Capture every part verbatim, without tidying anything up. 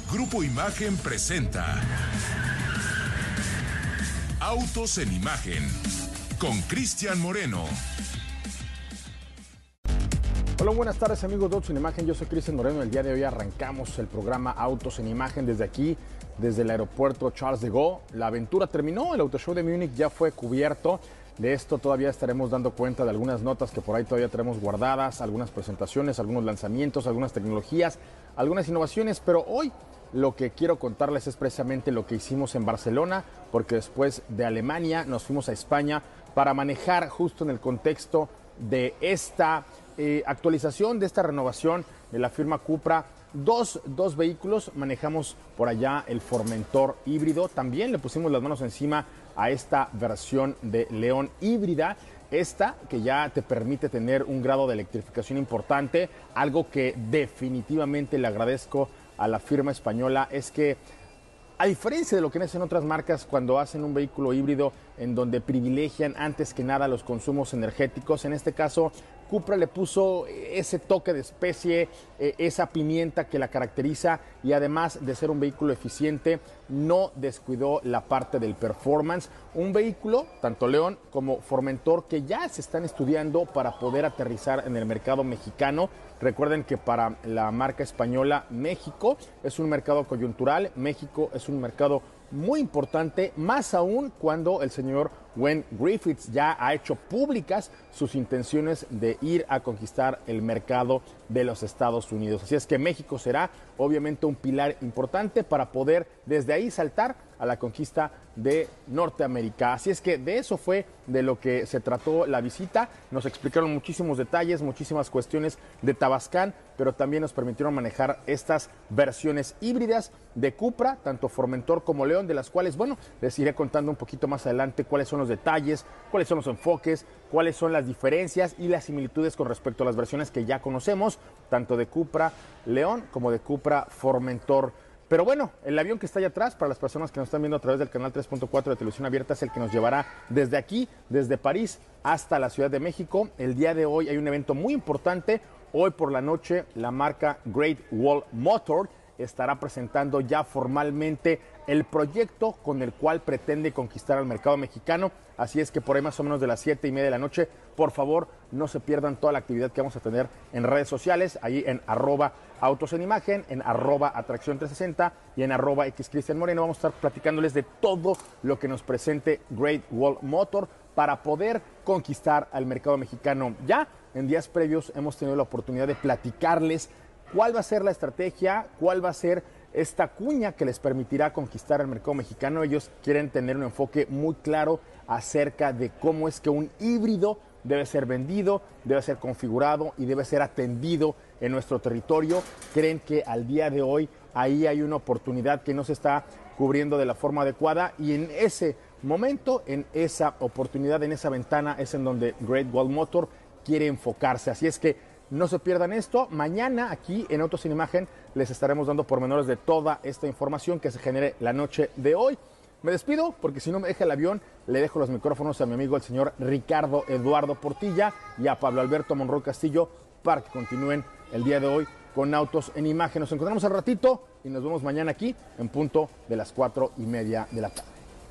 Grupo Imagen presenta Autos en Imagen con Cristian Moreno. Hola, buenas tardes amigos de Autos en Imagen, yo soy Cristian Moreno. El día de hoy arrancamos el programa Autos en Imagen desde aquí, desde el aeropuerto Charles de Gaulle. La aventura terminó, el Auto Show de Múnich ya fue cubierto. De esto todavía estaremos dando cuenta de algunas notas que por ahí todavía tenemos guardadas, algunas presentaciones, algunos lanzamientos, algunas tecnologías, algunas innovaciones, pero hoy lo que quiero contarles es precisamente lo que hicimos en Barcelona, porque después de Alemania nos fuimos a España para manejar justo en el contexto de esta eh, actualización, de esta renovación de la firma Cupra. Dos, dos vehículos, manejamos por allá el Formentor híbrido, también le pusimos las manos encima a esta versión de León híbrida, esta que ya te permite tener un grado de electrificación importante. Algo que definitivamente le agradezco a la firma española es que, a diferencia de lo que hacen otras marcas cuando hacen un vehículo híbrido en donde privilegian antes que nada los consumos energéticos, en este caso Cupra le puso ese toque de especie, eh, esa pimienta que la caracteriza, y además de ser un vehículo eficiente, no descuidó la parte del performance. Un vehículo, tanto León como Formentor, que ya se están estudiando para poder aterrizar en el mercado mexicano. Recuerden que para la marca española, México es un mercado coyuntural, México es un mercado muy importante, más aún cuando el señor Wayne Griffiths ya ha hecho públicas sus intenciones de ir a conquistar el mercado de los Estados Unidos. Así es que México será obviamente un pilar importante para poder desde ahí saltar a la conquista de Norteamérica. Así es que de eso fue de lo que se trató la visita. Nos explicaron muchísimos detalles, muchísimas cuestiones de Tabascan, pero también nos permitieron manejar estas versiones híbridas de Cupra, tanto Formentor como León, de las cuales, bueno, les iré contando un poquito más adelante cuáles son los detalles, cuáles son los enfoques, cuáles son las diferencias y las similitudes con respecto a las versiones que ya conocemos, tanto de Cupra León como de Cupra Formentor. Pero bueno, el avión que está allá atrás, para las personas que nos están viendo a través del canal tres punto cuatro de Televisión Abierta, es el que nos llevará desde aquí, desde París hasta la Ciudad de México. El día de hoy hay un evento muy importante. Hoy por la noche la marca Great Wall Motor estará presentando ya formalmente el proyecto con el cual pretende conquistar al mercado mexicano. Así es que por ahí más o menos de las siete y media de la noche, por favor, no se pierdan toda la actividad que vamos a tener en redes sociales, ahí en arroba autos en imagen, en arroba atracción trescientos sesenta y en arroba xcristian moreno. Vamos a estar platicándoles de todo lo que nos presente Great Wall Motor para poder conquistar al mercado mexicano. Ya en días previos hemos tenido la oportunidad de platicarles cuál va a ser la estrategia, cuál va a ser esta cuña que les permitirá conquistar el mercado mexicano. Ellos quieren tener un enfoque muy claro acerca de cómo es que un híbrido debe ser vendido, debe ser configurado y debe ser atendido en nuestro territorio. Creen que al día de hoy ahí hay una oportunidad que no se está cubriendo de la forma adecuada, y en ese momento, en esa oportunidad, en esa ventana es en donde Great Wall Motor quiere enfocarse. Así es que no se pierdan esto. Mañana aquí en Autos en Imagen les estaremos dando pormenores de toda esta información que se genere la noche de hoy. Me despido porque si no me deja el avión, le dejo los micrófonos a mi amigo el señor Ricardo Eduardo Portilla y a Pablo Alberto Monroy Castillo para que continúen el día de hoy con Autos en Imagen. Nos encontramos al ratito y nos vemos mañana aquí en punto de las cuatro y media de la tarde.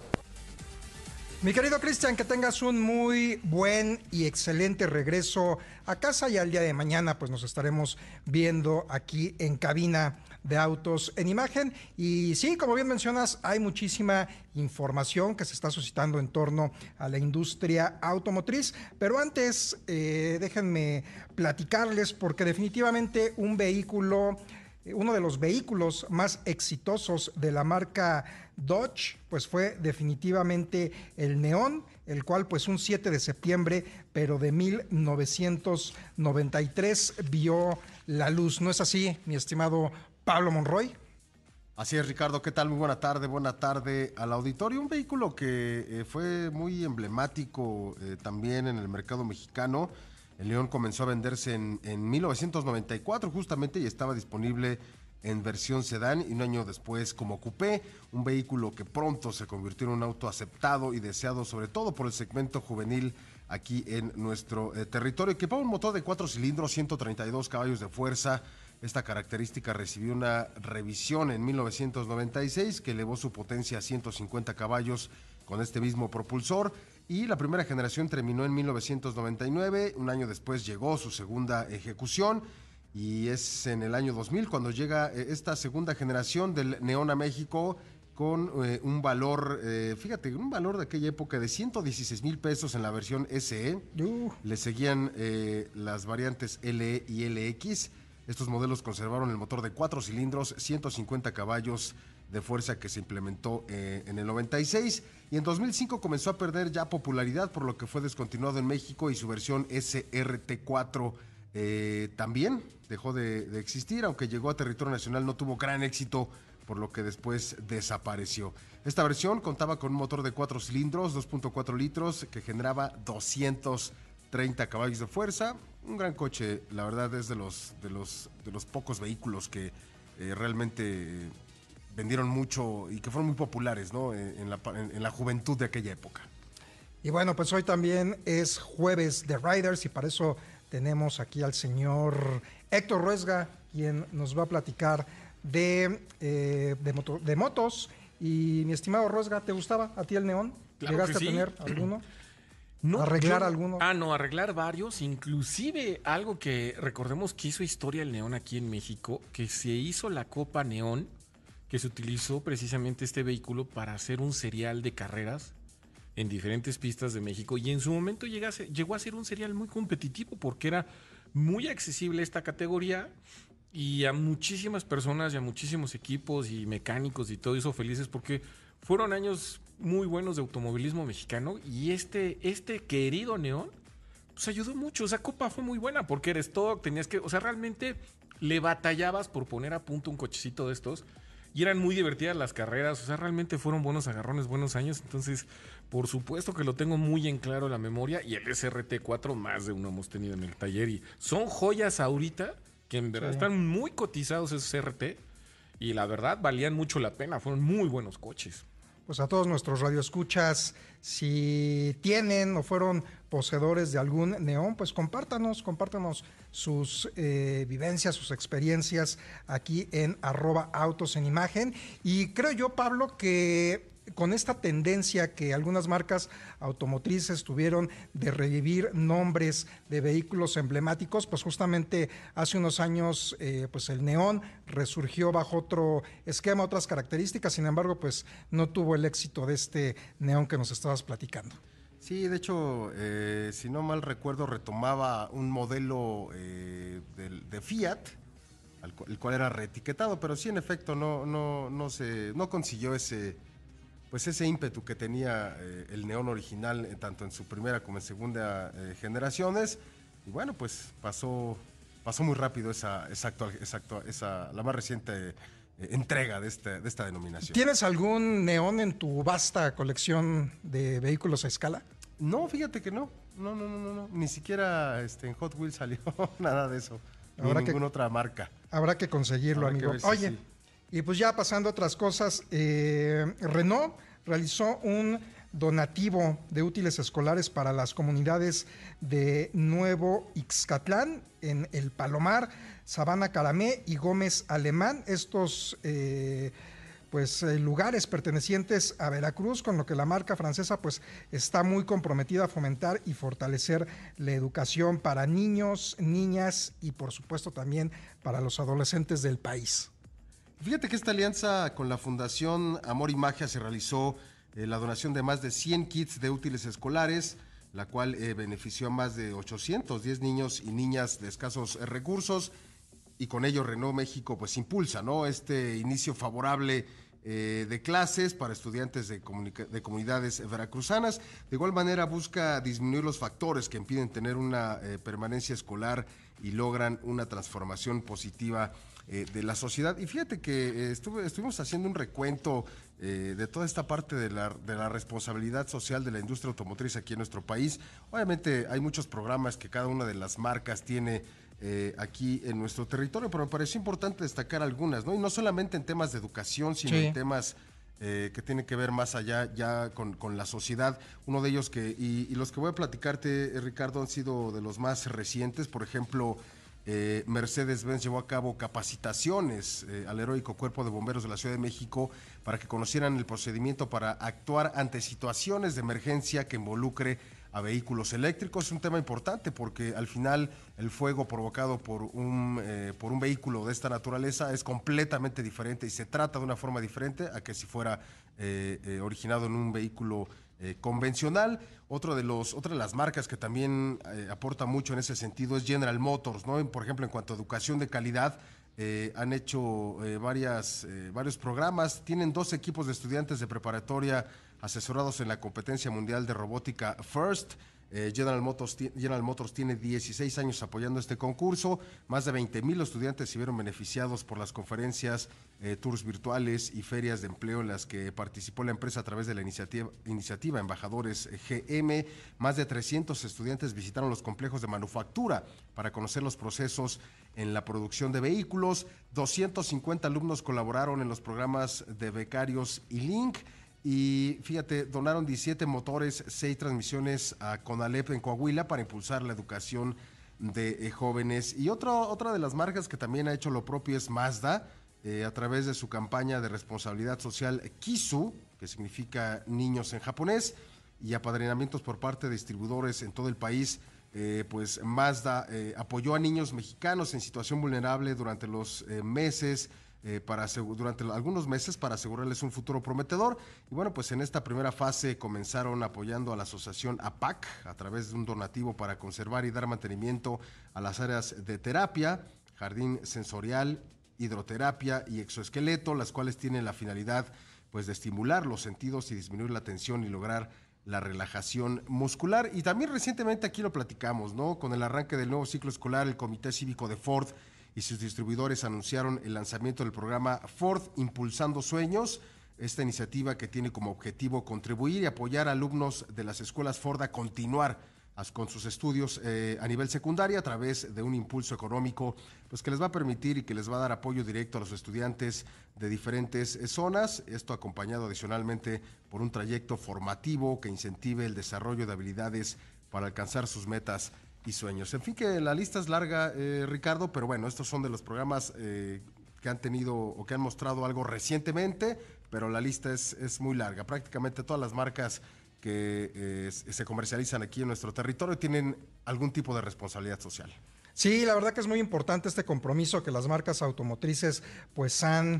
Mi querido Cristian, que tengas un muy buen y excelente regreso a casa, y al día de mañana pues nos estaremos viendo aquí en cabina de Autos en Imagen. Y sí, como bien mencionas, hay muchísima información que se está suscitando en torno a la industria automotriz, pero antes eh, déjenme platicarles, porque definitivamente un vehículo, uno de los vehículos más exitosos de la marca Dodge, pues fue definitivamente el Neón, el cual pues un siete de septiembre, pero de mil novecientos noventa y tres, vio la luz. ¿No es así, mi estimado Pablo Monroy? Así es, Ricardo. ¿Qué tal? Muy buena tarde, buena tarde al auditorio. Un vehículo que eh, fue muy emblemático eh, también en el mercado mexicano. El León comenzó a venderse en, en mil novecientos noventa y cuatro justamente, y estaba disponible en versión sedán y un año después como coupé, un vehículo que pronto se convirtió en un auto aceptado y deseado sobre todo por el segmento juvenil aquí en nuestro eh, territorio. Equipaba un motor de cuatro cilindros, ciento treinta y dos caballos de fuerza, Esta característica recibió una revisión en mil novecientos noventa y seis que elevó su potencia a ciento cincuenta caballos con este mismo propulsor, y la primera generación terminó en mil novecientos noventa y nueve. Un año después llegó su segunda ejecución, y es en el año dos mil cuando llega eh, esta segunda generación del Neón a México con eh, un valor, eh, fíjate, un valor de aquella época de ciento dieciséis mil pesos en la versión S E. Uh. Le seguían eh, las variantes L E y L X. Estos modelos conservaron el motor de cuatro cilindros, ciento cincuenta caballos de fuerza, que se implementó eh, en el noventa y seis, y en dos mil cinco comenzó a perder ya popularidad, por lo que fue descontinuado en México, y su versión S R T cuatro eh, también dejó de, de existir, aunque llegó a territorio nacional, no tuvo gran éxito, por lo que después desapareció. Esta versión contaba con un motor de cuatro cilindros, dos punto cuatro litros, que generaba doscientos treinta caballos de fuerza. Un gran coche, la verdad es de los, de los, de los pocos vehículos que eh, realmente eh, vendieron mucho y que fueron muy populares, ¿no? En, en, la, en, en la juventud de aquella época. Y bueno, pues hoy también es jueves de Riders, y para eso tenemos aquí al señor Héctor Ruesga, quien nos va a platicar de, eh, de, moto, de motos. Y mi estimado Ruesga, ¿te gustaba a ti el neón? Claro ¿Llegaste que sí. a tener alguno? No, ¿Arreglar yo- alguno? Ah, no, arreglar varios. Inclusive algo que recordemos que hizo historia el neón aquí en México, que se hizo la Copa Neón, que se utilizó precisamente este vehículo para hacer un serial de carreras en diferentes pistas de México, y en su momento llegase- llegó a ser un serial muy competitivo porque era muy accesible esta categoría, y a muchísimas personas y a muchísimos equipos y mecánicos y todo eso felices, porque fueron años muy buenos de automovilismo mexicano, y este, este querido neón pues ayudó mucho. Esa copa fue muy buena porque eres stock, tenías que, o sea, realmente le batallabas por poner a punto un cochecito de estos, y eran muy divertidas las carreras. O sea, realmente fueron buenos agarrones, buenos años. Entonces, por supuesto que lo tengo muy en claro la memoria, y el S R T cuatro más de uno hemos tenido en el taller, y son joyas ahorita que en verdad Sí. están muy cotizados esos R T, y la verdad valían mucho la pena, fueron muy buenos coches. Pues a todos nuestros radioescuchas, si tienen o fueron poseedores de algún neón, pues compártanos, compártanos sus eh, vivencias, sus experiencias aquí en arroba autos en imagen. Y creo yo, Pablo, que con esta tendencia que algunas marcas automotrices tuvieron de revivir nombres de vehículos emblemáticos, pues justamente hace unos años eh, pues el neón resurgió bajo otro esquema, otras características. Sin embargo, pues no tuvo el éxito de este neón que nos estabas platicando. Sí, de hecho, eh, si no mal recuerdo, retomaba un modelo eh, de, de Fiat, al cu- el cual era reetiquetado, pero sí, en efecto, no, no, no, se, no consiguió ese, pues ese ímpetu que tenía eh, el neón original, eh, tanto en su primera como en segunda eh, generaciones. Y bueno, pues pasó, pasó muy rápido esa, esa, actual, esa, actual- esa la más reciente eh, entrega de, este, de esta denominación. ¿Tienes algún neón en tu vasta colección de vehículos a escala? No, fíjate que no. No, no, no, no, no. Ni siquiera este, en Hot Wheels salió nada de eso. Ni Habrá en que- ninguna otra marca. Habrá que conseguirlo, Habrá que amigo. ver si Oye, sí. y pues ya pasando a otras cosas, eh, Renault realizó un donativo de útiles escolares para las comunidades de Nuevo Ixcatlán, en El Palomar, Sabana Caramé y Gómez Alemán. Estos eh, pues eh, lugares pertenecientes a Veracruz, con lo que la marca francesa pues está muy comprometida a fomentar y fortalecer la educación para niños, niñas y por supuesto también para los adolescentes del país. Fíjate que esta alianza con la Fundación Amor y Magia se realizó eh, la donación de más de cien kits de útiles escolares, la cual eh, benefició a más de ochocientos diez niños y niñas de escasos eh, recursos, y con ello Renault México pues impulsa, ¿no?, este inicio favorable eh, de clases para estudiantes de, comunica- de comunidades veracruzanas. De igual manera busca disminuir los factores que impiden tener una eh, permanencia escolar y logran una transformación positiva eh, de la sociedad. Y fíjate que eh, estuve, estuvimos haciendo un recuento eh, de toda esta parte de la, de la responsabilidad social de la industria automotriz aquí en nuestro país. Obviamente hay muchos programas que cada una de las marcas tiene eh, aquí en nuestro territorio, pero me pareció importante destacar algunas, ¿no? Y no solamente en temas de educación, sino Sí. en temas eh, que tienen que ver más allá ya con, con la sociedad. Uno de ellos que, y, y los que voy a platicarte, eh, Ricardo, han sido de los más recientes. Por ejemplo, eh, Mercedes-Benz llevó a cabo capacitaciones eh, al heroico Cuerpo de Bomberos de la Ciudad de México para que conocieran el procedimiento para actuar ante situaciones de emergencia que involucre a vehículos eléctricos. Es un tema importante porque al final el fuego provocado por un, eh, por un vehículo de esta naturaleza es completamente diferente y se trata de una forma diferente a que si fuera eh, eh, originado en un vehículo eh, convencional. Otro de los, otra de las marcas que también eh, aporta mucho en ese sentido es General Motors, ¿no? Por ejemplo, en cuanto a educación de calidad, Eh, han hecho eh, varias, eh, varios programas, tienen dos equipos de estudiantes de preparatoria asesorados en la competencia mundial de robótica FIRST. Eh, General Motors, General Motors tiene dieciséis años apoyando este concurso, más de veinte mil estudiantes se vieron beneficiados por las conferencias, eh, tours virtuales y ferias de empleo en las que participó la empresa a través de la iniciativa, iniciativa Embajadores G M. Más de trescientos estudiantes visitaron los complejos de manufactura para conocer los procesos en la producción de vehículos. doscientos cincuenta alumnos colaboraron en los programas de becarios y Link. Y fíjate, donaron diecisiete motores, seis transmisiones a CONALEP en Coahuila para impulsar la educación de eh, jóvenes. Y otro, otra de las marcas que también ha hecho lo propio es Mazda, eh, a través de su campaña de responsabilidad social Kisu, que significa niños en japonés, y apadrinamientos por parte de distribuidores en todo el país. Eh, pues Mazda eh, apoyó a niños mexicanos en situación vulnerable durante los eh, meses, eh, para durante algunos meses para asegurarles un futuro prometedor. Y bueno, pues en esta primera fase comenzaron apoyando a la asociación A P A C a través de un donativo para conservar y dar mantenimiento a las áreas de terapia, jardín sensorial, hidroterapia y exoesqueleto, las cuales tienen la finalidad pues de estimular los sentidos y disminuir la tensión y lograr la relajación muscular. Y también recientemente aquí lo platicamos, ¿no? Con el arranque del nuevo ciclo escolar, el Comité Cívico de Ford y sus distribuidores anunciaron el lanzamiento del programa Ford Impulsando Sueños, esta iniciativa que tiene como objetivo contribuir y apoyar a alumnos de las escuelas Ford a continuar con sus estudios eh, a nivel secundario a través de un impulso económico pues que les va a permitir y que les va a dar apoyo directo a los estudiantes de diferentes eh, zonas, esto acompañado adicionalmente por un trayecto formativo que incentive el desarrollo de habilidades para alcanzar sus metas y sueños. En fin, que la lista es larga, eh, Ricardo, pero bueno, estos son de los programas eh, que han tenido o que han mostrado algo recientemente, pero la lista es, es muy larga. Prácticamente todas las marcas que eh, se comercializan aquí en nuestro territorio tienen algún tipo de responsabilidad social. Sí, la verdad que es muy importante este compromiso que las marcas automotrices pues han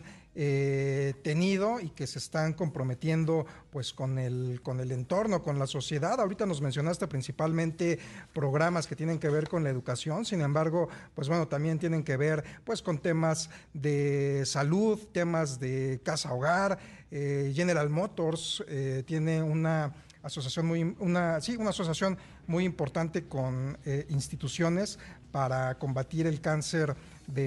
eh, tenido y que se están comprometiendo pues con el, con el entorno, con la sociedad. Ahorita nos mencionaste principalmente programas que tienen que ver con la educación, sin embargo, pues bueno, también tienen que ver pues con temas de salud, temas de casa-hogar. eh, General Motors eh, tiene una asociación muy una sí una asociación muy importante con eh, instituciones para combatir el cáncer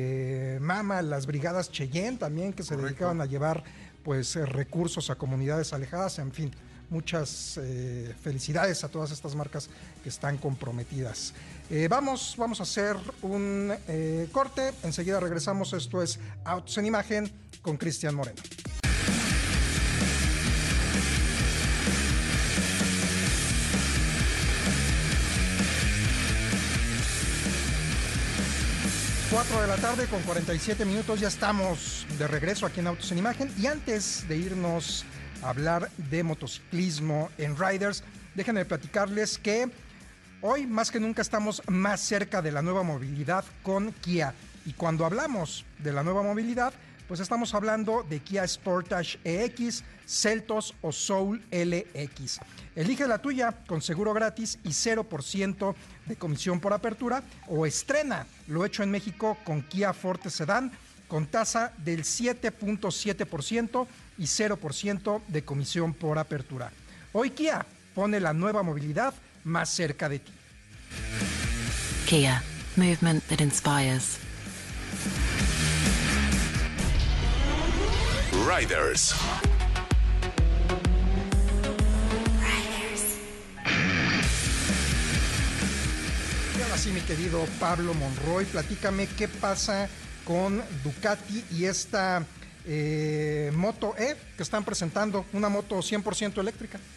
de mama, las brigadas Cheyenne también que se Correcto. dedicaban a llevar pues eh, recursos a comunidades alejadas, en fin, muchas eh, felicidades a todas estas marcas que están comprometidas. Eh, vamos, vamos a hacer un eh, corte, enseguida regresamos. Esto es Autos en Imagen con Cristian Moreno. cuatro de la tarde con cuarenta y siete minutos, ya estamos de regreso aquí en Autos en Imagen. Y antes de irnos a hablar de motociclismo en Riders, déjenme platicarles que hoy más que nunca estamos más cerca de la nueva movilidad con Kia. Y cuando hablamos de la nueva movilidad, pues estamos hablando de Kia Sportage E X, Seltos o Soul L X. Elige la tuya con seguro gratis y cero por ciento de comisión por apertura, o estrena lo hecho en México con Kia Forte Sedán con tasa del siete punto siete por ciento y cero por ciento de comisión por apertura. Hoy Kia pone la nueva movilidad más cerca de ti. Kia, movement that inspires. Riders. Y ahora sí, mi querido Pablo Monroy, platícame qué pasa con Ducati y esta eh, Moto E que están presentando, una moto cien por ciento eléctrica.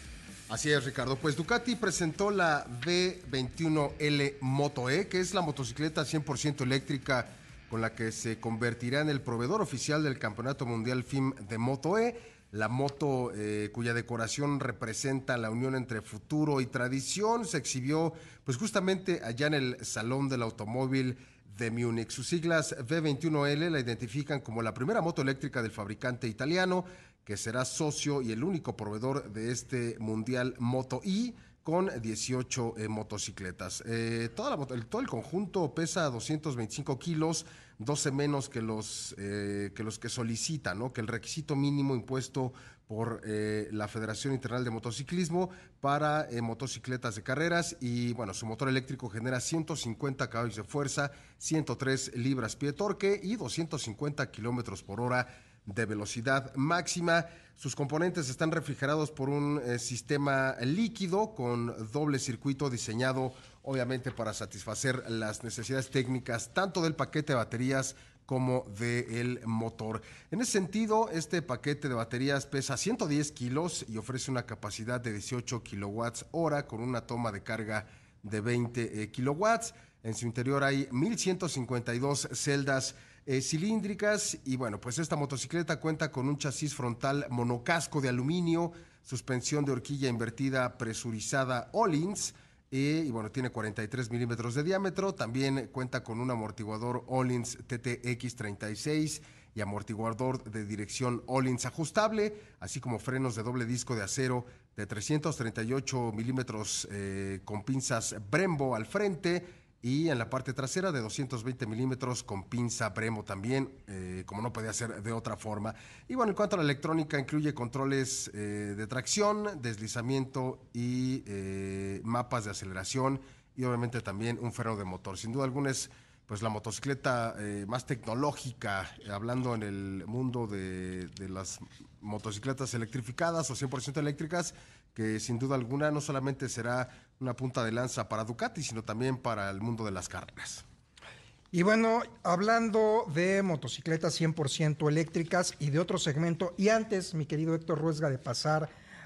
Así es, Ricardo. Pues Ducati presentó la V veintiuno L Moto E, que es la motocicleta cien por ciento eléctrica con la que se convertirá en el proveedor oficial del Campeonato Mundial F I M de Moto E. La moto, eh, cuya decoración representa la unión entre futuro y tradición, se exhibió pues justamente allá en el Salón del Automóvil de Múnich. Sus siglas V veintiuno L la identifican como la primera moto eléctrica del fabricante italiano, que será socio y el único proveedor de este Mundial Moto E, con dieciocho eh, motocicletas. Eh, toda la, el, todo el conjunto pesa doscientos veinticinco kilos, doce menos que los, eh, que los que solicitan, ¿no? Que el requisito mínimo impuesto por eh, la Federación Internacional de Motociclismo para eh, motocicletas de carreras. Y bueno, su motor eléctrico genera ciento cincuenta caballos de fuerza, ciento tres libras-pie de torque y doscientos cincuenta kilómetros por hora de velocidad máxima. Sus componentes están refrigerados por un eh, sistema líquido con doble circuito diseñado obviamente para satisfacer las necesidades técnicas tanto del paquete de baterías como del motor. En ese sentido, este paquete de baterías pesa ciento diez kilos y ofrece una capacidad de dieciocho kilowatts hora con una toma de carga de veinte eh, kilowatts. En su interior hay mil ciento cincuenta y dos celdas Eh, cilíndricas y bueno, pues esta motocicleta cuenta con un chasis frontal monocasco de aluminio, suspensión de horquilla invertida presurizada Öhlins eh, y bueno, tiene cuarenta y tres milímetros de diámetro. También cuenta con un amortiguador Öhlins T T X treinta y seis y amortiguador de dirección Öhlins ajustable, así como frenos de doble disco de acero de trescientos treinta y ocho milímetros eh, con pinzas Brembo al frente, y en la parte trasera de doscientos veinte milímetros con pinza Brembo también, eh, como no podía ser de otra forma. Y bueno, en cuanto a la electrónica, incluye controles eh, de tracción, deslizamiento y eh, mapas de aceleración y obviamente también un freno de motor. Sin duda alguna es pues la motocicleta eh, más tecnológica, eh, hablando en el mundo de, de las motocicletas electrificadas o cien por ciento eléctricas, que sin duda alguna no solamente será una punta de lanza para Ducati, sino también para el mundo de las carreras. Y bueno, hablando de motocicletas cien por ciento eléctricas y de otro segmento, y antes, mi querido Héctor Ruesga, de pasar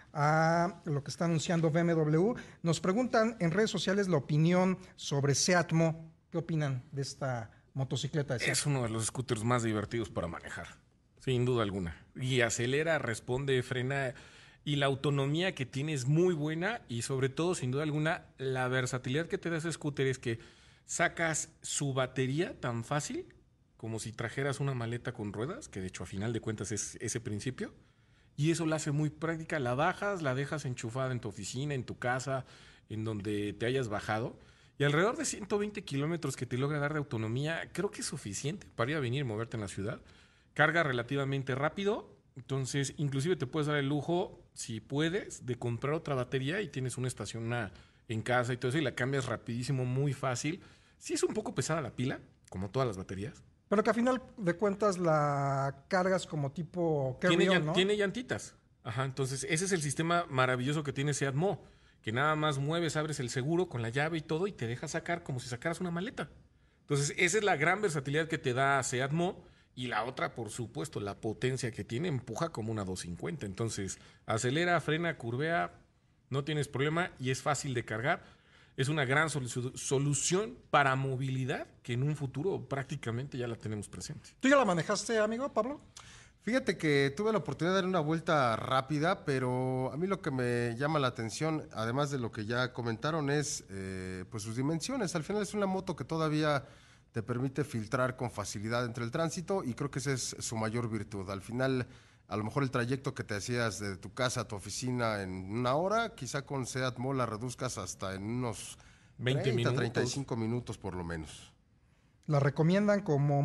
a lo que está anunciando B M W, nos preguntan en redes sociales la opinión sobre Seat Mó. ¿Qué opinan de esta motocicleta de Seat? Es uno de los scooters más divertidos para manejar, sin duda alguna. Y acelera, responde, frena, y la autonomía que tiene es muy buena y sobre todo, sin duda alguna, la versatilidad que te da ese scooter es que sacas su batería tan fácil como si trajeras una maleta con ruedas, que de hecho a final de cuentas es ese principio, y eso la hace muy práctica. La bajas, la dejas enchufada en tu oficina, en tu casa, en donde te hayas bajado, y alrededor de ciento veinte kilómetros que te logra dar de autonomía, creo que es suficiente para ir a venir y moverte en la ciudad. Carga relativamente rápido, entonces inclusive te puedes dar el lujo, si puedes, de comprar otra batería y tienes una estación una en casa y todo eso, y la cambias rapidísimo, muy fácil. Sí es un poco pesada la pila, como todas las baterías. Pero que a final de cuentas la cargas como tipo Tiene, carry-on, llan- ¿no? tiene llantitas. Ajá, entonces ese es el sistema maravilloso que tiene Seat Mó, que nada más mueves, abres el seguro con la llave y todo y te deja sacar como si sacaras una maleta. Entonces esa es la gran versatilidad que te da Seat Mó. Y la otra, por supuesto, la potencia que tiene, empuja como una doscientos cincuenta. Entonces, acelera, frena, curvea, no tienes problema y es fácil de cargar. Es una gran solu- solución para movilidad que en un futuro prácticamente ya la tenemos presente. ¿Tú ya la manejaste, amigo Pablo? Fíjate que tuve la oportunidad de dar una vuelta rápida, pero a mí lo que me llama la atención, además de lo que ya comentaron, es eh, pues sus dimensiones. Al final es una moto que todavía te permite filtrar con facilidad entre el tránsito y creo que esa es su mayor virtud. Al final, a lo mejor el trayecto que te hacías de tu casa a tu oficina en una hora, quizá con Seat Mó la reduzcas hasta en unos veinte treinta, minutos. treinta y cinco minutos por lo menos. ¿La recomiendan como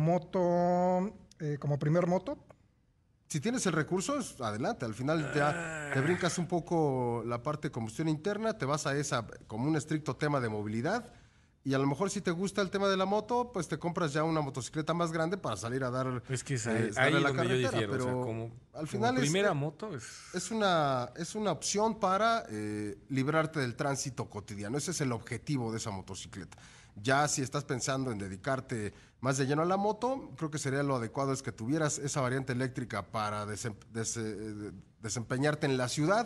moto, eh, como primer moto? Si tienes el recurso, es adelante. Al final ya te brincas un poco la parte de combustión interna, te vas a esa como un estricto tema de movilidad. Y a lo mejor si te gusta el tema de la moto, pues te compras ya una motocicleta más grande para salir a dar Es que es eh, ahí, darle ahí a la donde yo carretera, difiero. pero O sea, como, al como final es, primera eh, moto es... es una es una opción para eh, librarte del tránsito cotidiano. Ese es el objetivo de esa motocicleta. Ya si estás pensando en dedicarte más de lleno a la moto, creo que sería lo adecuado es que tuvieras esa variante eléctrica para desem- des- eh, desempeñarte en la ciudad.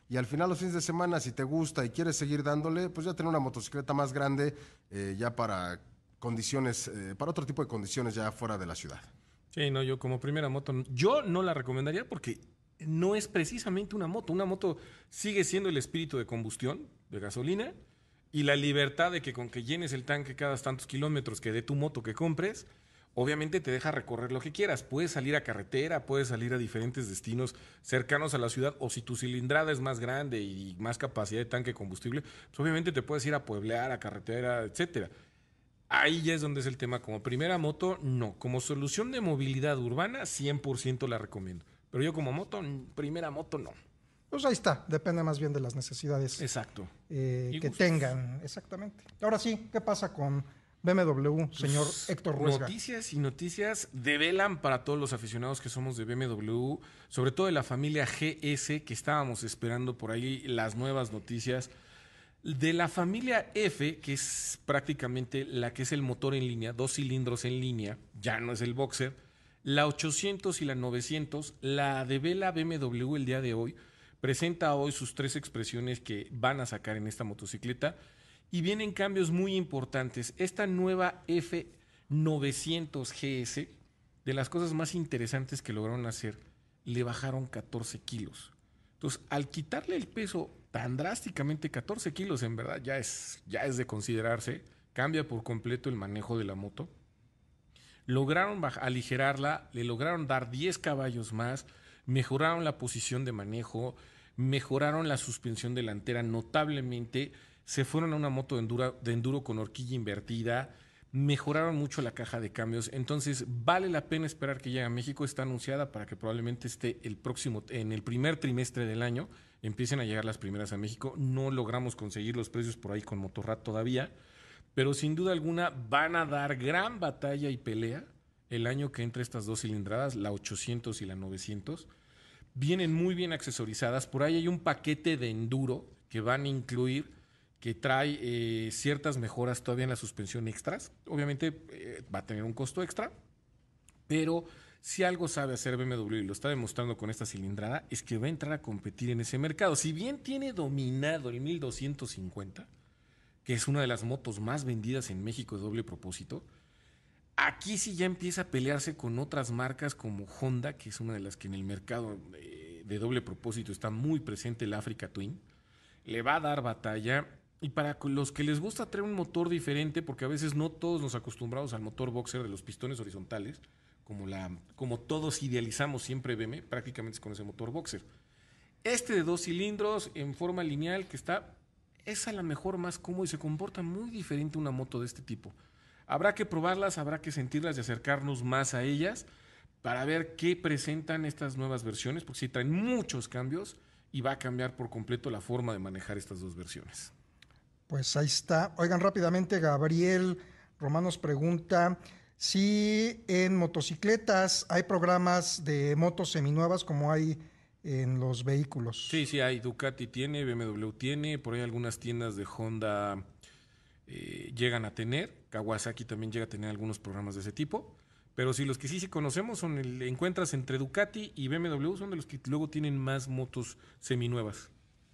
y al final los fines de semana, si te gusta y quieres seguir dándole, pues ya tener una motocicleta más grande, eh, ya para condiciones, eh, para otro tipo de condiciones ya fuera de la ciudad. Sí, no, yo como primera moto, yo no la recomendaría porque no es precisamente una moto. Una moto sigue siendo el espíritu de combustión, de gasolina, y la libertad de que con que llenes el tanque cada tantos kilómetros que dé tu moto que compres, obviamente te deja recorrer lo que quieras. Puedes salir a carretera, puedes salir a diferentes destinos cercanos a la ciudad, o si tu cilindrada es más grande y más capacidad de tanque de combustible, pues obviamente te puedes ir a pueblear, a carretera, etcétera. Ahí ya es donde es el tema. Como primera moto, no. Como solución de movilidad urbana, cien por ciento la recomiendo. Pero yo como moto, primera moto, no. Pues ahí está, depende más bien de las necesidades Exacto. eh, Y que gustos. tengan. Exactamente. Ahora sí, ¿qué pasa con B M W, señor Pues, Héctor Ruesga? Noticias y noticias develan para todos los aficionados que somos de B M W, sobre todo de la familia G S, que estábamos esperando por ahí las nuevas noticias. De la familia F, que es prácticamente la que es el motor en línea, dos cilindros en línea, ya no es el Boxer, la ochocientos y la novecientos, la devela B M W el día de hoy, presenta hoy sus tres expresiones que van a sacar en esta motocicleta y vienen cambios muy importantes. Esta nueva F novecientos G S, de las cosas más interesantes que lograron hacer, le bajaron catorce kilos. Entonces, al quitarle el peso tan drásticamente, catorce kilos en verdad ya es, ya es de considerarse, cambia por completo el manejo de la moto. Lograron baj- aligerarla, le lograron dar diez caballos más, mejoraron la posición de manejo, mejoraron la suspensión delantera notablemente, se fueron a una moto de enduro, de enduro con horquilla invertida, mejoraron mucho la caja de cambios. Entonces vale la pena esperar que llegue a México. Está anunciada para que probablemente esté el próximo, en el primer trimestre del año, empiecen a llegar las primeras a México. No logramos conseguir los precios por ahí con Motorrad todavía, pero sin duda alguna van a dar gran batalla y pelea el año que entre estas dos cilindradas, la ochocientos y la novecientos. Vienen muy bien accesorizadas. Por ahí hay un paquete de enduro que van a incluir, que trae eh, ciertas mejoras todavía en la suspensión extras. Obviamente eh, va a tener un costo extra, pero si algo sabe hacer B M W y lo está demostrando con esta cilindrada, es que va a entrar a competir en ese mercado. Si bien tiene dominado el mil doscientos cincuenta, que es una de las motos más vendidas en México de doble propósito, aquí sí ya empieza a pelearse con otras marcas como Honda, que es una de las que en el mercado eh, de doble propósito está muy presente, el Africa Twin. Le va a dar batalla. Y para los que les gusta traer un motor diferente, porque a veces no todos nos acostumbramos al motor boxer de los pistones horizontales, como, la, como todos idealizamos siempre B M, prácticamente es con ese motor boxer. Este de dos cilindros en forma lineal que está, es a la mejor más cómodo y se comporta muy diferente a una moto de este tipo. Habrá que probarlas, habrá que sentirlas y acercarnos más a ellas para ver qué presentan estas nuevas versiones, porque sí traen muchos cambios y va a cambiar por completo la forma de manejar estas dos versiones. Pues ahí está. Oigan, rápidamente, Gabriel Romanos pregunta si en motocicletas hay programas de motos seminuevas como hay en los vehículos. Sí, sí hay. Ducati tiene, B M W tiene, por ahí algunas tiendas de Honda eh, llegan a tener. Kawasaki también llega a tener algunos programas de ese tipo. Pero sí, los que sí, sí conocemos son el encuentras entre Ducati y B M W, son de los que luego tienen más motos seminuevas.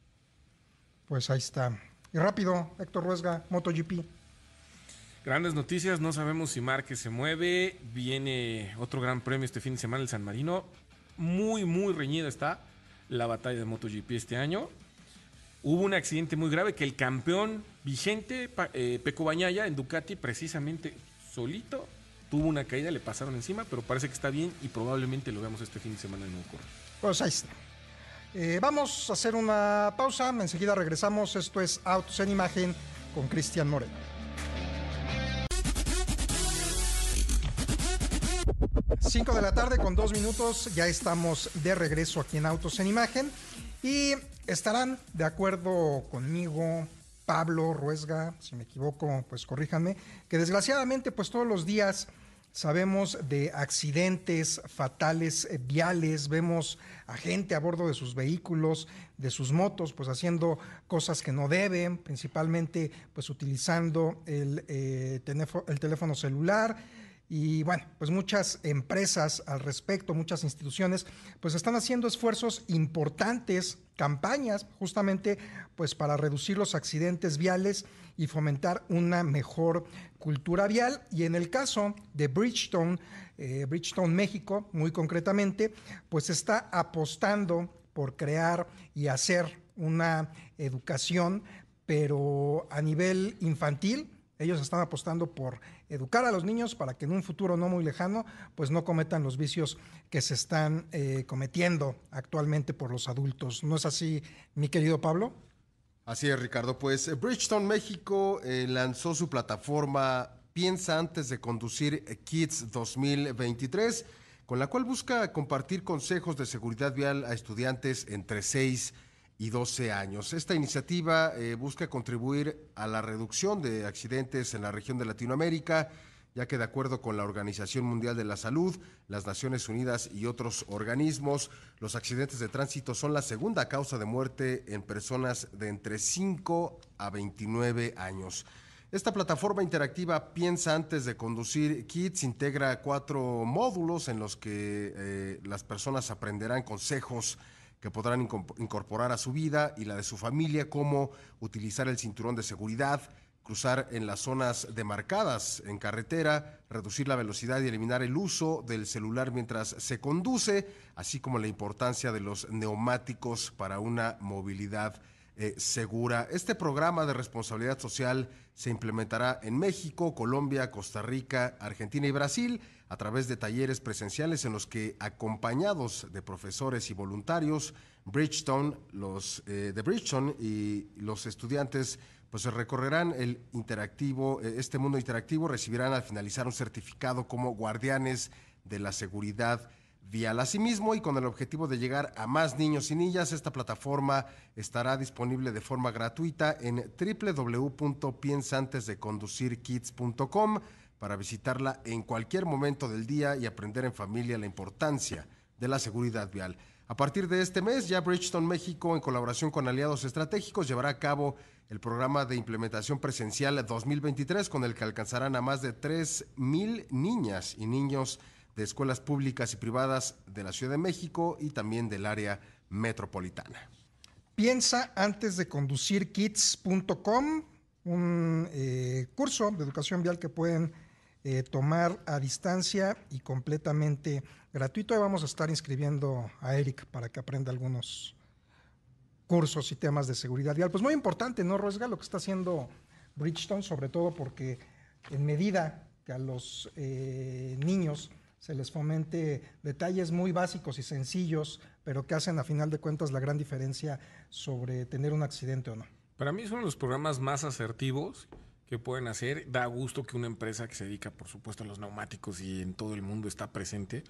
Pues ahí está. Y rápido, Héctor Ruesga, MotoGP. Grandes noticias, no sabemos si Márquez se mueve. Viene otro gran premio este fin de semana, el San Marino. Muy, muy reñida está la batalla de MotoGP este año. Hubo un accidente muy grave que el campeón vigente, eh, Pecco Bagnaia, en Ducati, precisamente solito, tuvo una caída, le pasaron encima, pero parece que está bien y probablemente lo veamos este fin de semana en un correr. Pues ahí está. Eh, vamos a hacer una pausa, enseguida regresamos. Esto es Autos en Imagen con Cristian Moreno. Cinco de la tarde con dos minutos, ya estamos de regreso aquí en Autos en Imagen y estarán de acuerdo conmigo, Pablo Ruesga, si me equivoco, pues corríjanme, que desgraciadamente pues todos los días sabemos de accidentes fatales eh, viales, vemos a gente a bordo de sus vehículos, de sus motos, pues haciendo cosas que no deben, principalmente pues utilizando el, eh, teléfono, el teléfono celular Y bueno, pues muchas empresas al respecto, muchas instituciones, pues están haciendo esfuerzos importantes, campañas justamente pues para reducir los accidentes viales y fomentar una mejor cultura vial. Y en el caso de Bridgestone, eh, Bridgestone México, muy concretamente, pues está apostando por crear y hacer una educación, pero a nivel infantil. Ellos están apostando por educar a los niños para que en un futuro no muy lejano, pues no cometan los vicios que se están eh, cometiendo actualmente por los adultos. ¿No es así, mi querido Pablo? Así es, Ricardo. Pues eh, Bridgestone México eh, lanzó su plataforma Piensa antes de conducir Kids dos mil veintitrés, con la cual busca compartir consejos de seguridad vial a estudiantes entre seis y doce años. Esta iniciativa eh, busca contribuir a la reducción de accidentes en la región de Latinoamérica, ya que de acuerdo con la Organización Mundial de la Salud, las Naciones Unidas y otros organismos, los accidentes de tránsito son la segunda causa de muerte en personas de entre cinco a veintinueve años. Esta plataforma interactiva Piensa antes de conducir Kids integra cuatro módulos en los que eh, las personas aprenderán consejos que podrán incorporar a su vida y la de su familia, como utilizar el cinturón de seguridad, cruzar en las zonas demarcadas en carretera, reducir la velocidad y eliminar el uso del celular mientras se conduce, así como la importancia de los neumáticos para una movilidad eh, segura. Este programa de responsabilidad social se implementará en México, Colombia, Costa Rica, Argentina y Brasil, a través de talleres presenciales en los que, acompañados de profesores y voluntarios, Bridgestone, los eh, de Bridgestone y los estudiantes pues recorrerán el interactivo, eh, este mundo interactivo, recibirán al finalizar un certificado como guardianes de la seguridad vial. Asimismo, y con el objetivo de llegar a más niños y niñas, esta plataforma estará disponible de forma gratuita en doble u doble u doble u punto piensa antes de conducir kids punto com para visitarla en cualquier momento del día y aprender en familia la importancia de la seguridad vial. A partir de este mes, ya Bridgestone México, en colaboración con aliados estratégicos, llevará a cabo el programa de implementación presencial dos mil veintitrés, con el que alcanzarán a más de tres mil niñas y niños de escuelas públicas y privadas de la Ciudad de México y también del área metropolitana. Piensa antes de conducir kids punto com, un eh, curso de educación vial que pueden eh, tomar a distancia y completamente gratuito. Ahí vamos a estar inscribiendo a Eric para que aprenda algunos cursos y temas de seguridad vial. Pues muy importante, ¿no, Ruesga? Lo que está haciendo Bridgestone, sobre todo porque en medida que a los eh, niños se les fomente detalles muy básicos y sencillos, pero que hacen a final de cuentas la gran diferencia sobre tener un accidente o no. Para mí es uno de los programas más asertivos que pueden hacer. Da gusto que una empresa que se dedica, por supuesto, a los neumáticos y en todo el mundo está presente.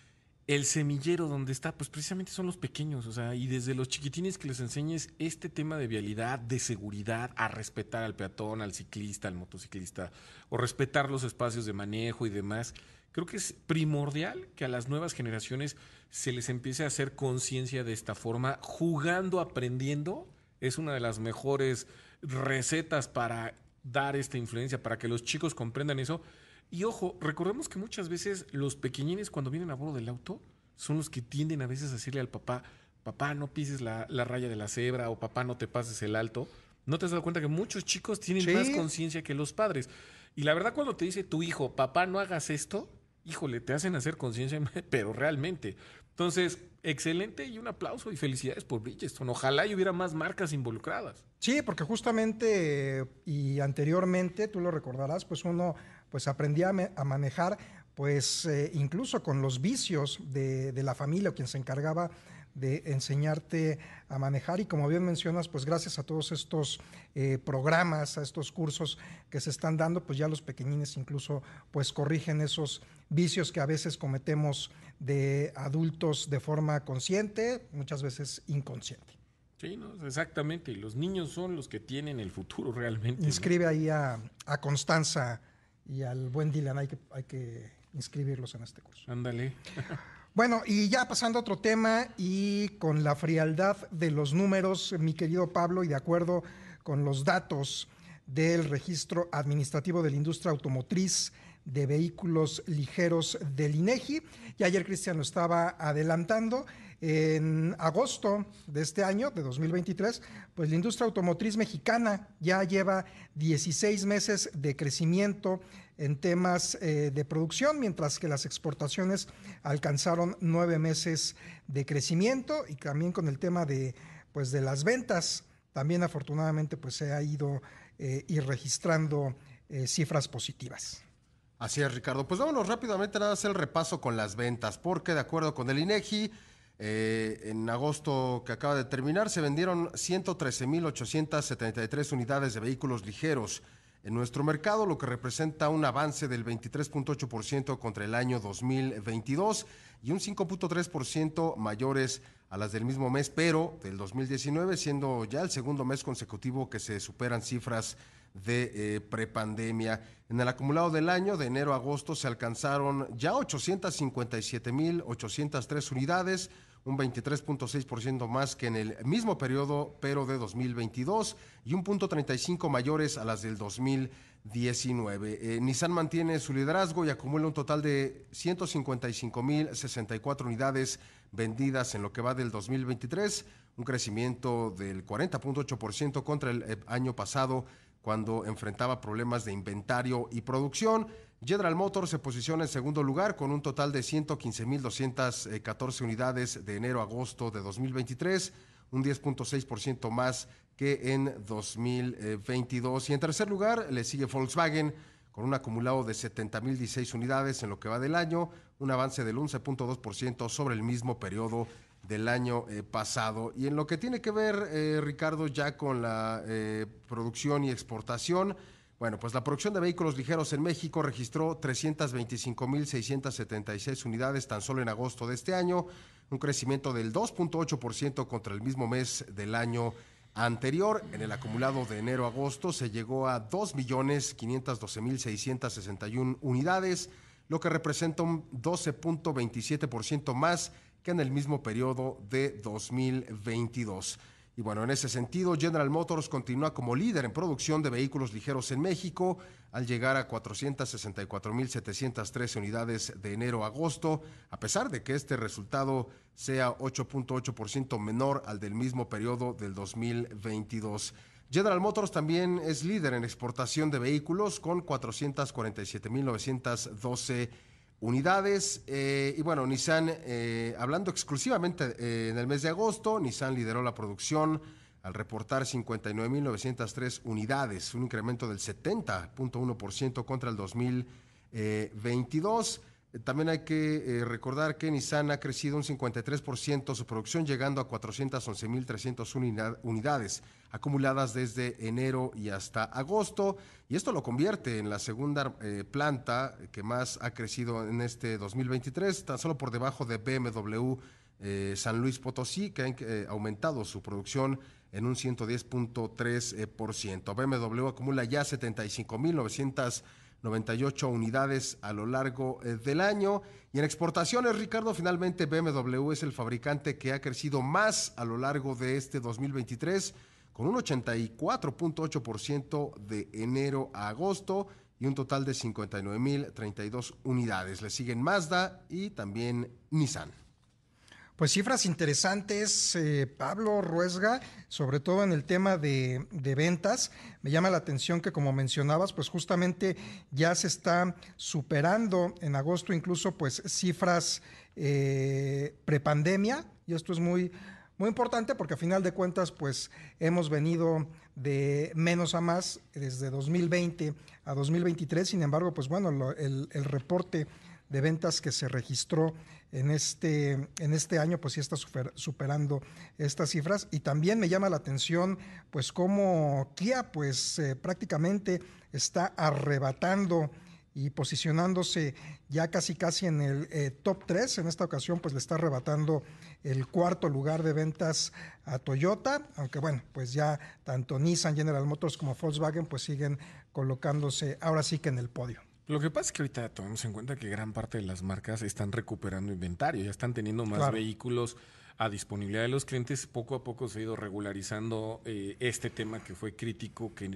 El semillero donde está, pues precisamente son los pequeños, o sea, y desde los chiquitines que les enseñes este tema de vialidad, de seguridad, a respetar al peatón, al ciclista, al motociclista, o respetar los espacios de manejo y demás. Creo que es primordial que a las nuevas generaciones se les empiece a hacer conciencia de esta forma. Jugando, aprendiendo, es una de las mejores recetas para dar esta influencia, para que los chicos comprendan eso. Y ojo, recordemos que muchas veces los pequeñines cuando vienen a bordo del auto son los que tienden a veces a decirle al papá, papá, no pises la, la raya de la cebra, o papá, no te pases el alto. ¿No te has dado cuenta que muchos chicos tienen Sí. más conciencia que los padres? Y la verdad, cuando te dice tu hijo, papá, no hagas esto, híjole, te hacen hacer conciencia, pero realmente. Entonces, excelente y un aplauso y felicidades por Bridgestone. Ojalá y hubiera más marcas involucradas. Sí, porque justamente eh, y anteriormente, tú lo recordarás, pues uno pues aprendía a, me- a manejar, pues eh, incluso con los vicios de, de la familia, o quien se encargaba de enseñarte a manejar. Y como bien mencionas, pues gracias a todos estos eh, programas, a estos cursos que se están dando, pues ya los pequeñines incluso pues corrigen esos vicios que a veces cometemos de adultos de forma consciente, muchas veces inconsciente. Sí, ¿no? Exactamente. Y los niños son los que tienen el futuro realmente, ¿no? Inscribe ahí a, a Constanza y al buen Dylan, hay que, hay que inscribirlos en este curso. Ándale. Bueno, y ya pasando a otro tema y con la frialdad de los números, mi querido Pablo, y de acuerdo con los datos del Registro Administrativo de la Industria Automotriz de vehículos ligeros del INEGI. Y ayer Cristian lo estaba adelantando. En agosto de este año, de dos mil veintitrés, pues la industria automotriz mexicana ya lleva dieciséis meses de crecimiento en temas eh, de producción, mientras que las exportaciones alcanzaron nueve meses de crecimiento, y también con el tema de, pues, de las ventas, también afortunadamente pues se ha ido eh, ir registrando eh, cifras positivas. Así es, Ricardo. Pues vámonos rápidamente nada a hacer el repaso con las ventas, porque de acuerdo con el INEGI, Eh, en agosto que acaba de terminar, se vendieron ciento trece mil ochocientas setenta y tres unidades de vehículos ligeros en nuestro mercado, lo que representa un avance del veintitrés punto ocho por ciento contra el año dos mil veintidós y un cinco punto tres por ciento mayores a las del mismo mes, pero del dos mil diecinueve, siendo ya el segundo mes consecutivo que se superan cifras de eh, prepandemia. En el acumulado del año, de enero a agosto, se alcanzaron ya ochocientas cincuenta y siete mil ochocientas tres unidades, un veintitrés punto seis por ciento más que en el mismo periodo, pero de dos mil veintidós, y un punto treinta y cinco mayores a las del dos mil diecinueve. Eh, Nissan mantiene su liderazgo y acumula un total de ciento cincuenta y cinco mil sesenta y cuatro unidades vendidas en lo que va del dos mil veintitrés, un crecimiento del cuarenta punto ocho por ciento contra el eh, año pasado, cuando enfrentaba problemas de inventario y producción. General Motors se posiciona en segundo lugar con un total de ciento quince mil doscientas catorce unidades de enero a agosto de dos mil veintitrés, un diez punto seis por ciento más que en dos mil veintidós. Y en tercer lugar le sigue Volkswagen con un acumulado de setenta mil dieciséis unidades en lo que va del año, un avance del once punto dos por ciento sobre el mismo periodo del año eh, pasado. Y en lo que tiene que ver, eh, Ricardo, ya con la eh, producción y exportación, bueno, pues la producción de vehículos ligeros en México registró trescientas veinticinco mil seiscientas setenta y seis unidades tan solo en agosto de este año, un crecimiento del dos punto ocho por ciento contra el mismo mes del año anterior. En el acumulado de enero a agosto se llegó a dos millones quinientos doce mil seiscientas sesenta y una unidades, lo que representa un doce punto veintisiete por ciento más que en el mismo periodo de dos mil veintidós. Y bueno, en ese sentido, General Motors continúa como líder en producción de vehículos ligeros en México, al llegar a cuatrocientas sesenta y cuatro mil setecientas trece unidades de enero a agosto, a pesar de que este resultado sea ocho punto ocho por ciento menor al del mismo periodo del dos mil veintidós. General Motors también es líder en exportación de vehículos con cuatrocientas cuarenta y siete mil novecientas doce unidades. Eh, y bueno, Nissan, eh, hablando exclusivamente eh, en el mes de agosto, Nissan lideró la producción al reportar cincuenta y nueve mil novecientas tres unidades, un incremento del setenta punto uno por ciento contra el dos mil veintidós. Eh, también hay que eh, recordar que Nissan ha crecido un cincuenta y tres por ciento su producción, llegando a cuatrocientas once mil trescientas una unidades acumuladas desde enero y hasta agosto, y esto lo convierte en la segunda eh, planta que más ha crecido en este dos mil veintitrés, tan solo por debajo de B M W eh, San Luis Potosí, que ha eh, aumentado su producción en un ciento diez punto tres por ciento. B M W acumula ya setenta y cinco mil novecientas noventa y ocho unidades a lo largo eh, del año. Y en exportaciones, Ricardo, finalmente B M W es el fabricante que ha crecido más a lo largo de este dos mil veintitrés, con un ochenta y cuatro punto ocho por ciento de enero a agosto y un total de cincuenta y nueve mil treinta y dos unidades. Le siguen Mazda y también Nissan. Pues cifras interesantes, eh, Pablo Ruesga, sobre todo en el tema de, de ventas. Me llama la atención que, como mencionabas, pues justamente ya se está superando en agosto incluso pues cifras eh, prepandemia, y esto es muy, muy importante porque a final de cuentas pues hemos venido de menos a más desde dos mil veinte a dos mil veintitrés. Sin embargo, pues bueno, lo, el, el reporte de ventas que se registró en este, en este año, pues sí está super, superando estas cifras. Y también me llama la atención, pues cómo Kia, pues eh, prácticamente está arrebatando y posicionándose ya casi casi en el eh, top tres. En esta ocasión, pues le está arrebatando el cuarto lugar de ventas a Toyota, aunque bueno, pues ya tanto Nissan, General Motors como Volkswagen, pues siguen colocándose ahora sí que en el podio. Lo que pasa es que ahorita tomemos en cuenta que gran parte de las marcas están recuperando inventario, ya están teniendo más claro. vehículos a disponibilidad de los clientes. Poco a poco se ha ido regularizando eh, este tema que fue crítico, que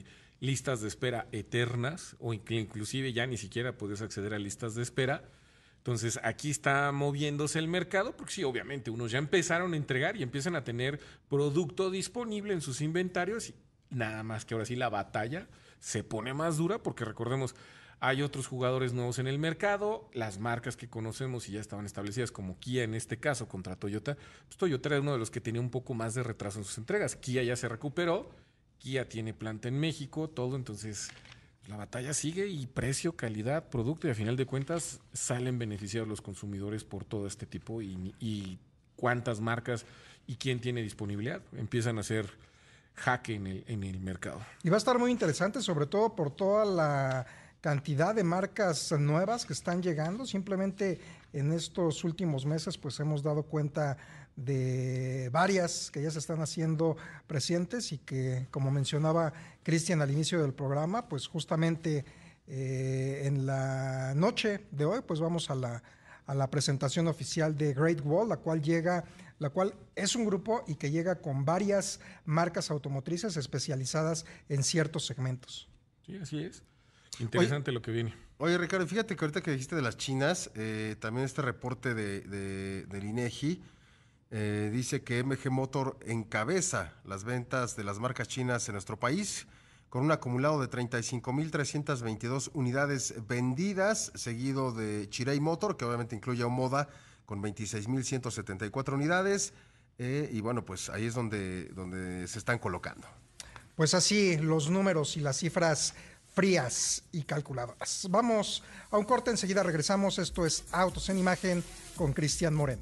listas de espera eternas o inclusive ya ni siquiera puedes acceder a listas de espera. Entonces aquí está moviéndose el mercado porque sí, obviamente unos ya empezaron a entregar y empiezan a tener producto disponible en sus inventarios y nada más que ahora sí la batalla se pone más dura porque recordemos, hay otros jugadores nuevos en el mercado, las marcas que conocemos y ya estaban establecidas como Kia en este caso contra Toyota, pues Toyota era uno de los que tenía un poco más de retraso en sus entregas. Kia ya se recuperó, Kia tiene planta en México, todo, entonces la batalla sigue y precio, calidad, producto y a final de cuentas salen beneficiados los consumidores por todo este tipo y, y cuántas marcas y quién tiene disponibilidad. Empiezan a hacer jaque en el, en el mercado. Y va a estar muy interesante, sobre todo por toda la cantidad de marcas nuevas que están llegando. Simplemente en estos últimos meses pues hemos dado cuenta de varias que ya se están haciendo presentes y que, como mencionaba Cristian al inicio del programa, pues justamente eh, en la noche de hoy pues vamos a la, a la presentación oficial de Great Wall, la cual llega, la cual es un grupo y que llega con varias marcas automotrices especializadas en ciertos segmentos. Sí, así es. Interesante Oye, lo que viene. Oye, Ricardo, fíjate que ahorita que dijiste de las chinas, eh, también este reporte de, de, del INEGI eh, dice que M G Motor encabeza las ventas de las marcas chinas en nuestro país, con un acumulado de treinta y cinco mil trescientas veintidós unidades vendidas, seguido de Chery Motor, que obviamente incluye a Omoda, con veintiséis mil ciento setenta y cuatro unidades, eh, y bueno, pues ahí es donde, donde se están colocando. Pues así, los números y las cifras frías y calculadoras. Vamos a un corte, enseguida regresamos. Esto es Autos en Imagen con Cristian Moreno.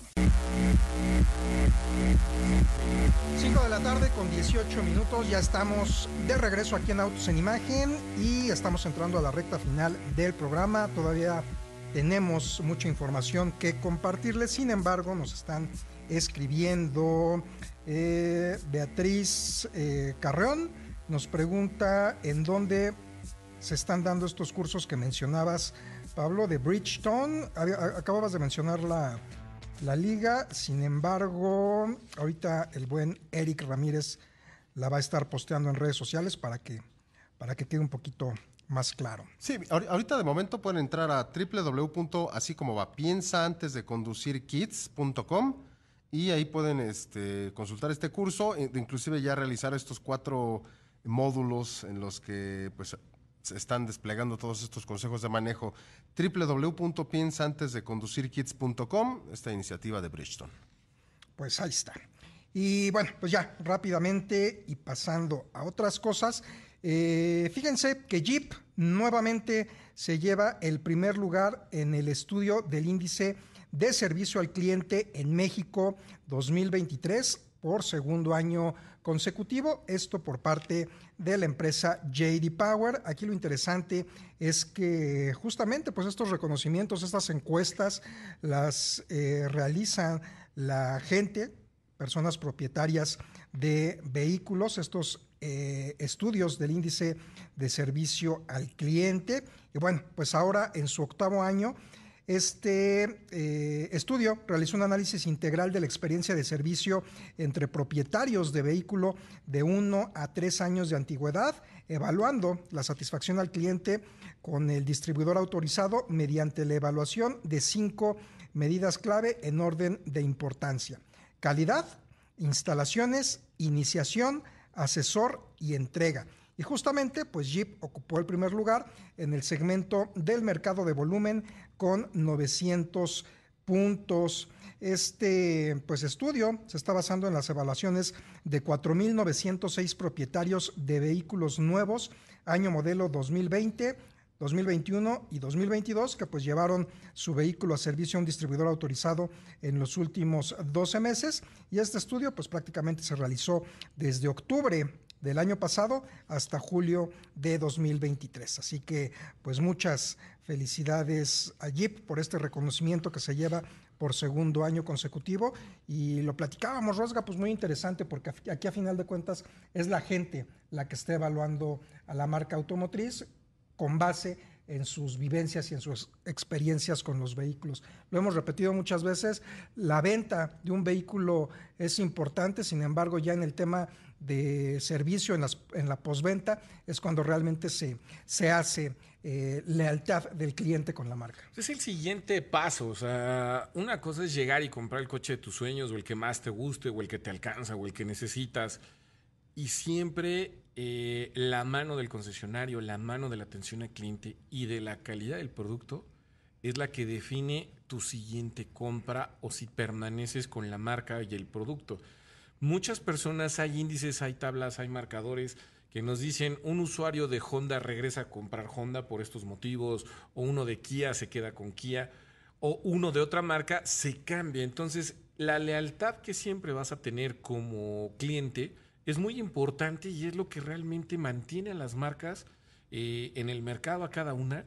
cinco de la tarde con dieciocho minutos, ya estamos de regreso aquí en Autos en Imagen y estamos entrando a la recta final del programa. Todavía tenemos mucha información que compartirles, sin embargo nos están escribiendo. eh, Beatriz eh, Carreón nos pregunta en dónde se están dando estos cursos que mencionabas, Pablo, de Bridgestone. Acababas de mencionar la, la liga, sin embargo, ahorita el buen Eric Ramírez la va a estar posteando en redes sociales para que, para que quede un poquito más claro. Sí, ahorita de momento pueden entrar a doble u doble u doble u así como va, piensa antes de conducir kids punto com y ahí pueden este, consultar este curso, inclusive ya realizar estos cuatro módulos en los que pues se están desplegando todos estos consejos de manejo. doble u doble u doble u punto piensa antes de conducir kids punto com, esta iniciativa de Bridgestone. Pues ahí está. Y bueno, pues ya rápidamente y pasando a otras cosas, eh, fíjense que Jeep nuevamente se lleva el primer lugar en el estudio del índice de servicio al cliente en México dos mil veintitrés por segundo año consecutivo, esto por parte de la empresa J D Power. Aquí lo interesante es que justamente pues estos reconocimientos, estas encuestas las eh, realizan la gente, personas propietarias de vehículos, estos eh, estudios del índice de servicio al cliente. Y bueno, pues ahora en su octavo año, este eh, estudio realizó un análisis integral de la experiencia de servicio entre propietarios de vehículo de uno a tres años de antigüedad, evaluando la satisfacción al cliente con el distribuidor autorizado mediante la evaluación de cinco medidas clave en orden de importancia: calidad, instalaciones, iniciación, asesor y entrega. Y justamente, pues Jeep ocupó el primer lugar en el segmento del mercado de volumen con novecientos puntos. Este pues, estudio se está basando en las evaluaciones de cuatro mil novecientos seis propietarios de vehículos nuevos, año modelo dos mil veinte, dos mil veintiuno y dos mil veintidós, que pues llevaron su vehículo a servicio a un distribuidor autorizado en los últimos doce meses. Y este estudio pues prácticamente se realizó desde octubre del año pasado hasta julio de dos mil veintitrés. Así que pues muchas felicidades a Jeep por este reconocimiento que se lleva por segundo año consecutivo. Y lo platicábamos, Rosga, pues muy interesante, porque aquí a final de cuentas es la gente la que está evaluando a la marca automotriz con base en sus vivencias y en sus experiencias con los vehículos. Lo hemos repetido muchas veces, la venta de un vehículo es importante, sin embargo, ya en el tema de servicio, en, las, en la postventa, es cuando realmente se, se hace eh, lealtad del cliente con la marca. Es el siguiente paso, o sea, una cosa es llegar y comprar el coche de tus sueños, o el que más te guste, o el que te alcanza, o el que necesitas, y siempre eh, la mano del concesionario, la mano de la atención al cliente y de la calidad del producto es la que define tu siguiente compra o si permaneces con la marca y el producto. Muchas personas, hay índices, hay tablas, hay marcadores que nos dicen un usuario de Honda regresa a comprar Honda por estos motivos, o uno de Kia se queda con Kia, o uno de otra marca se cambia. Entonces, la lealtad que siempre vas a tener como cliente es muy importante y es lo que realmente mantiene a las marcas eh, en el mercado a cada una.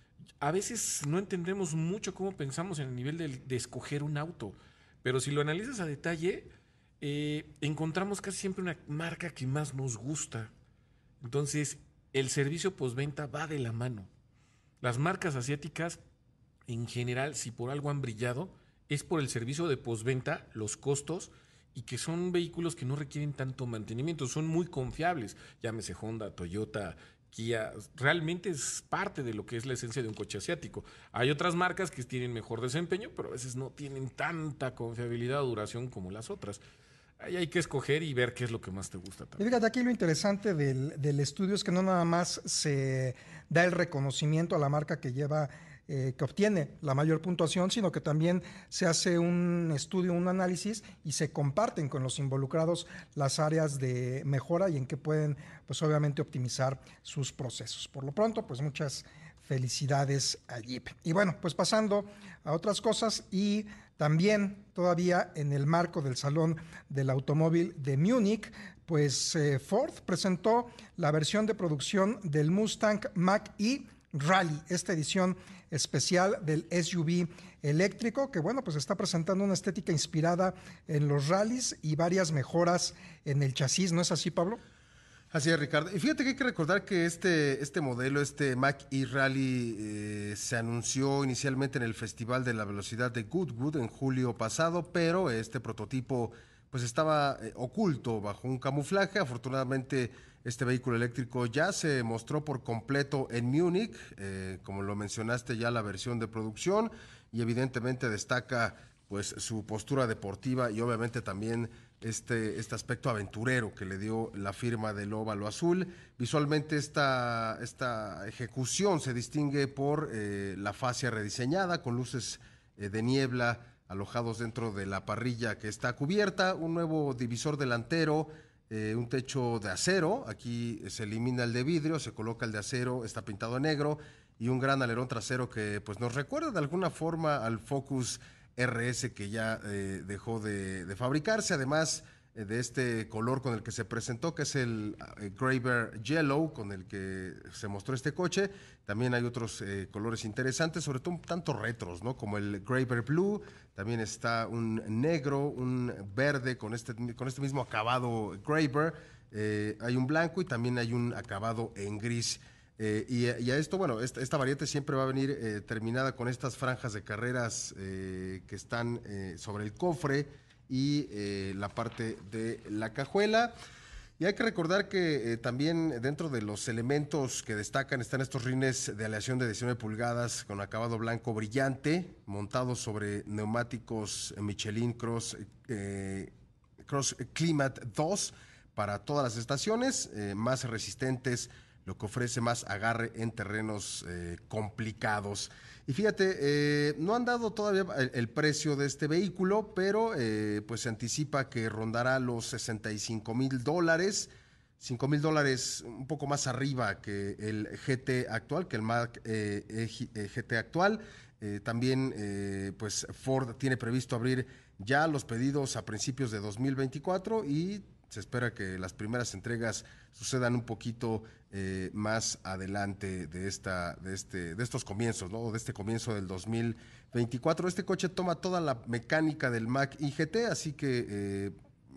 A veces no entendemos mucho cómo pensamos en el nivel de, de escoger un auto, pero si lo analizas a detalle, eh, encontramos casi siempre una marca que más nos gusta. Entonces, el servicio postventa va de la mano. Las marcas asiáticas, en general, si por algo han brillado, es por el servicio de postventa, los costos, y que son vehículos que no requieren tanto mantenimiento, son muy confiables. Llámese Honda, Toyota, Kia, realmente es parte de lo que es la esencia de un coche asiático. Hay otras marcas que tienen mejor desempeño, pero a veces no tienen tanta confiabilidad o duración como las otras. Ahí hay que escoger y ver qué es lo que más te gusta también. Y fíjate, aquí lo interesante del, del estudio es que no nada más se da el reconocimiento a la marca que lleva, eh, que obtiene la mayor puntuación, sino que también se hace un estudio, un análisis y se comparten con los involucrados las áreas de mejora y en que pueden, pues obviamente, optimizar sus procesos. Por lo pronto, pues muchas felicidades a Jeep. Y bueno, pues pasando a otras cosas y también todavía en el marco del Salón del Automóvil de Múnich, pues eh, Ford presentó la versión de producción del Mustang Mach-E Rally, esta edición especial del S U V eléctrico que, bueno, pues está presentando una estética inspirada en los rallies y varias mejoras en el chasis. ¿No es así, Pablo? Así es, Ricardo. Y fíjate que hay que recordar que este, este modelo, este Mach-E Rally, eh, se anunció inicialmente en el Festival de la Velocidad de Goodwood en julio pasado, pero este prototipo pues estaba eh, oculto bajo un camuflaje. Afortunadamente, este vehículo eléctrico ya se mostró por completo en Múnich, eh, como lo mencionaste ya, la versión de producción, y evidentemente destaca pues su postura deportiva y obviamente también Este, este aspecto aventurero que le dio la firma del óvalo azul. Visualmente esta, esta ejecución se distingue por eh, la fascia rediseñada con luces eh, de niebla alojados dentro de la parrilla que está cubierta, un nuevo divisor delantero, eh, un techo de acero, aquí se elimina el de vidrio, se coloca el de acero, está pintado en negro, y un gran alerón trasero que pues nos recuerda de alguna forma al Focus R S que ya eh, dejó de, de fabricarse, además eh, de este color con el que se presentó, que es el eh, Greybear Yellow, con el que se mostró este coche. También hay otros eh, colores interesantes, sobre todo un tanto retros, ¿no? Como el Greybear Blue, también está un negro, un verde con este, con este mismo acabado Greybear, eh, hay un blanco y también hay un acabado en gris. Eh, y, y a esto, bueno, esta, esta variante siempre va a venir eh, terminada con estas franjas de carreras eh, que están eh, sobre el cofre y eh, la parte de la cajuela. Y hay que recordar que eh, también dentro de los elementos que destacan están estos rines de aleación de diecinueve pulgadas con acabado blanco brillante, montados sobre neumáticos Michelin Cross, eh, Cross Climate dos para todas las estaciones, eh, más resistentes, lo que ofrece más agarre en terrenos eh, complicados. Y fíjate, eh, no han dado todavía el, el precio de este vehículo, pero eh, pues se anticipa que rondará los sesenta y cinco mil dólares, cinco mil dólares un poco más arriba que el G T actual, que el Mach eh, eh, G T actual. Eh, también eh, pues Ford tiene previsto abrir ya los pedidos a principios de dos mil veinticuatro y se espera que las primeras entregas sucedan un poquito eh, más adelante de esta, de este, de estos comienzos, ¿no? De este comienzo del dos mil veinticuatro. Este coche toma toda la mecánica del Mach-E G T, así que eh,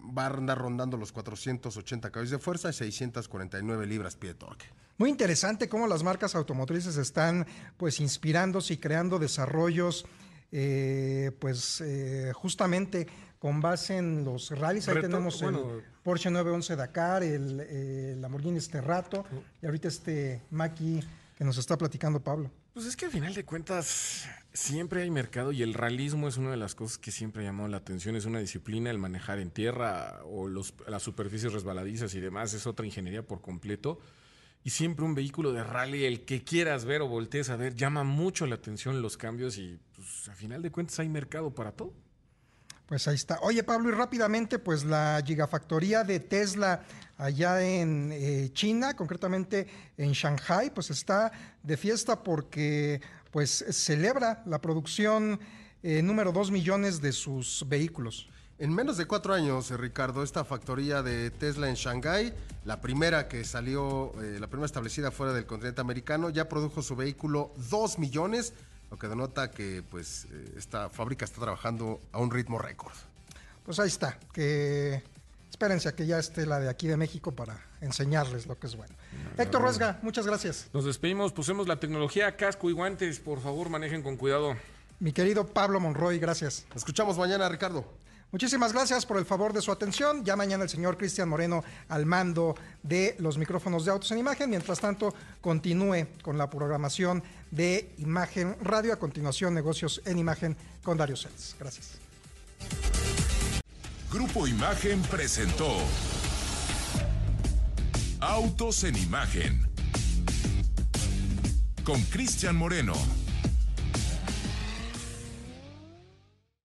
va a andar rondando los cuatrocientos ochenta caballos de fuerza y seiscientas cuarenta y nueve libras-pie de torque. Muy interesante cómo las marcas automotrices están pues inspirándose y creando desarrollos eh, pues eh, justamente con base en los rallies. Ahí Reto, tenemos bueno, el Porsche nueve once Dakar, el, el Lamborghini Sterrato y ahorita este Mach-E que nos está platicando Pablo. Pues es que al final de cuentas siempre hay mercado y el realismo es una de las cosas que siempre ha llamado la atención. Es una disciplina, el manejar en tierra o los, las superficies resbaladizas y demás es otra ingeniería por completo. Y siempre un vehículo de rally, el que quieras ver o voltees a ver, llama mucho la atención los cambios y pues al final de cuentas hay mercado para todo. Pues ahí está. Oye, Pablo, y rápidamente, pues la gigafactoría de Tesla allá en eh, China, concretamente en Shanghai, pues está de fiesta porque pues celebra la producción eh, número dos millones de sus vehículos. En menos de cuatro años, eh, Ricardo, esta factoría de Tesla en Shanghái, la primera que salió, eh, la primera establecida fuera del continente americano, ya produjo su vehículo dos millones, lo que denota que pues eh, esta fábrica está trabajando a un ritmo récord. Pues ahí está, que espérense a que ya esté la de aquí de México para enseñarles lo que es bueno. No, Héctor no, Ruesga, muchas gracias. Nos despedimos, pusemos la tecnología, casco y guantes, por favor manejen con cuidado. Mi querido Pablo Monroy, gracias. Nos escuchamos mañana, Ricardo. Muchísimas gracias por el favor de su atención. Ya mañana el señor Cristian Moreno al mando de los micrófonos de Autos en Imagen. Mientras tanto, continúe con la programación de Imagen Radio. A continuación, Negocios en Imagen con Dario Sels. Gracias. Grupo Imagen presentó Autos en Imagen con Cristian Moreno.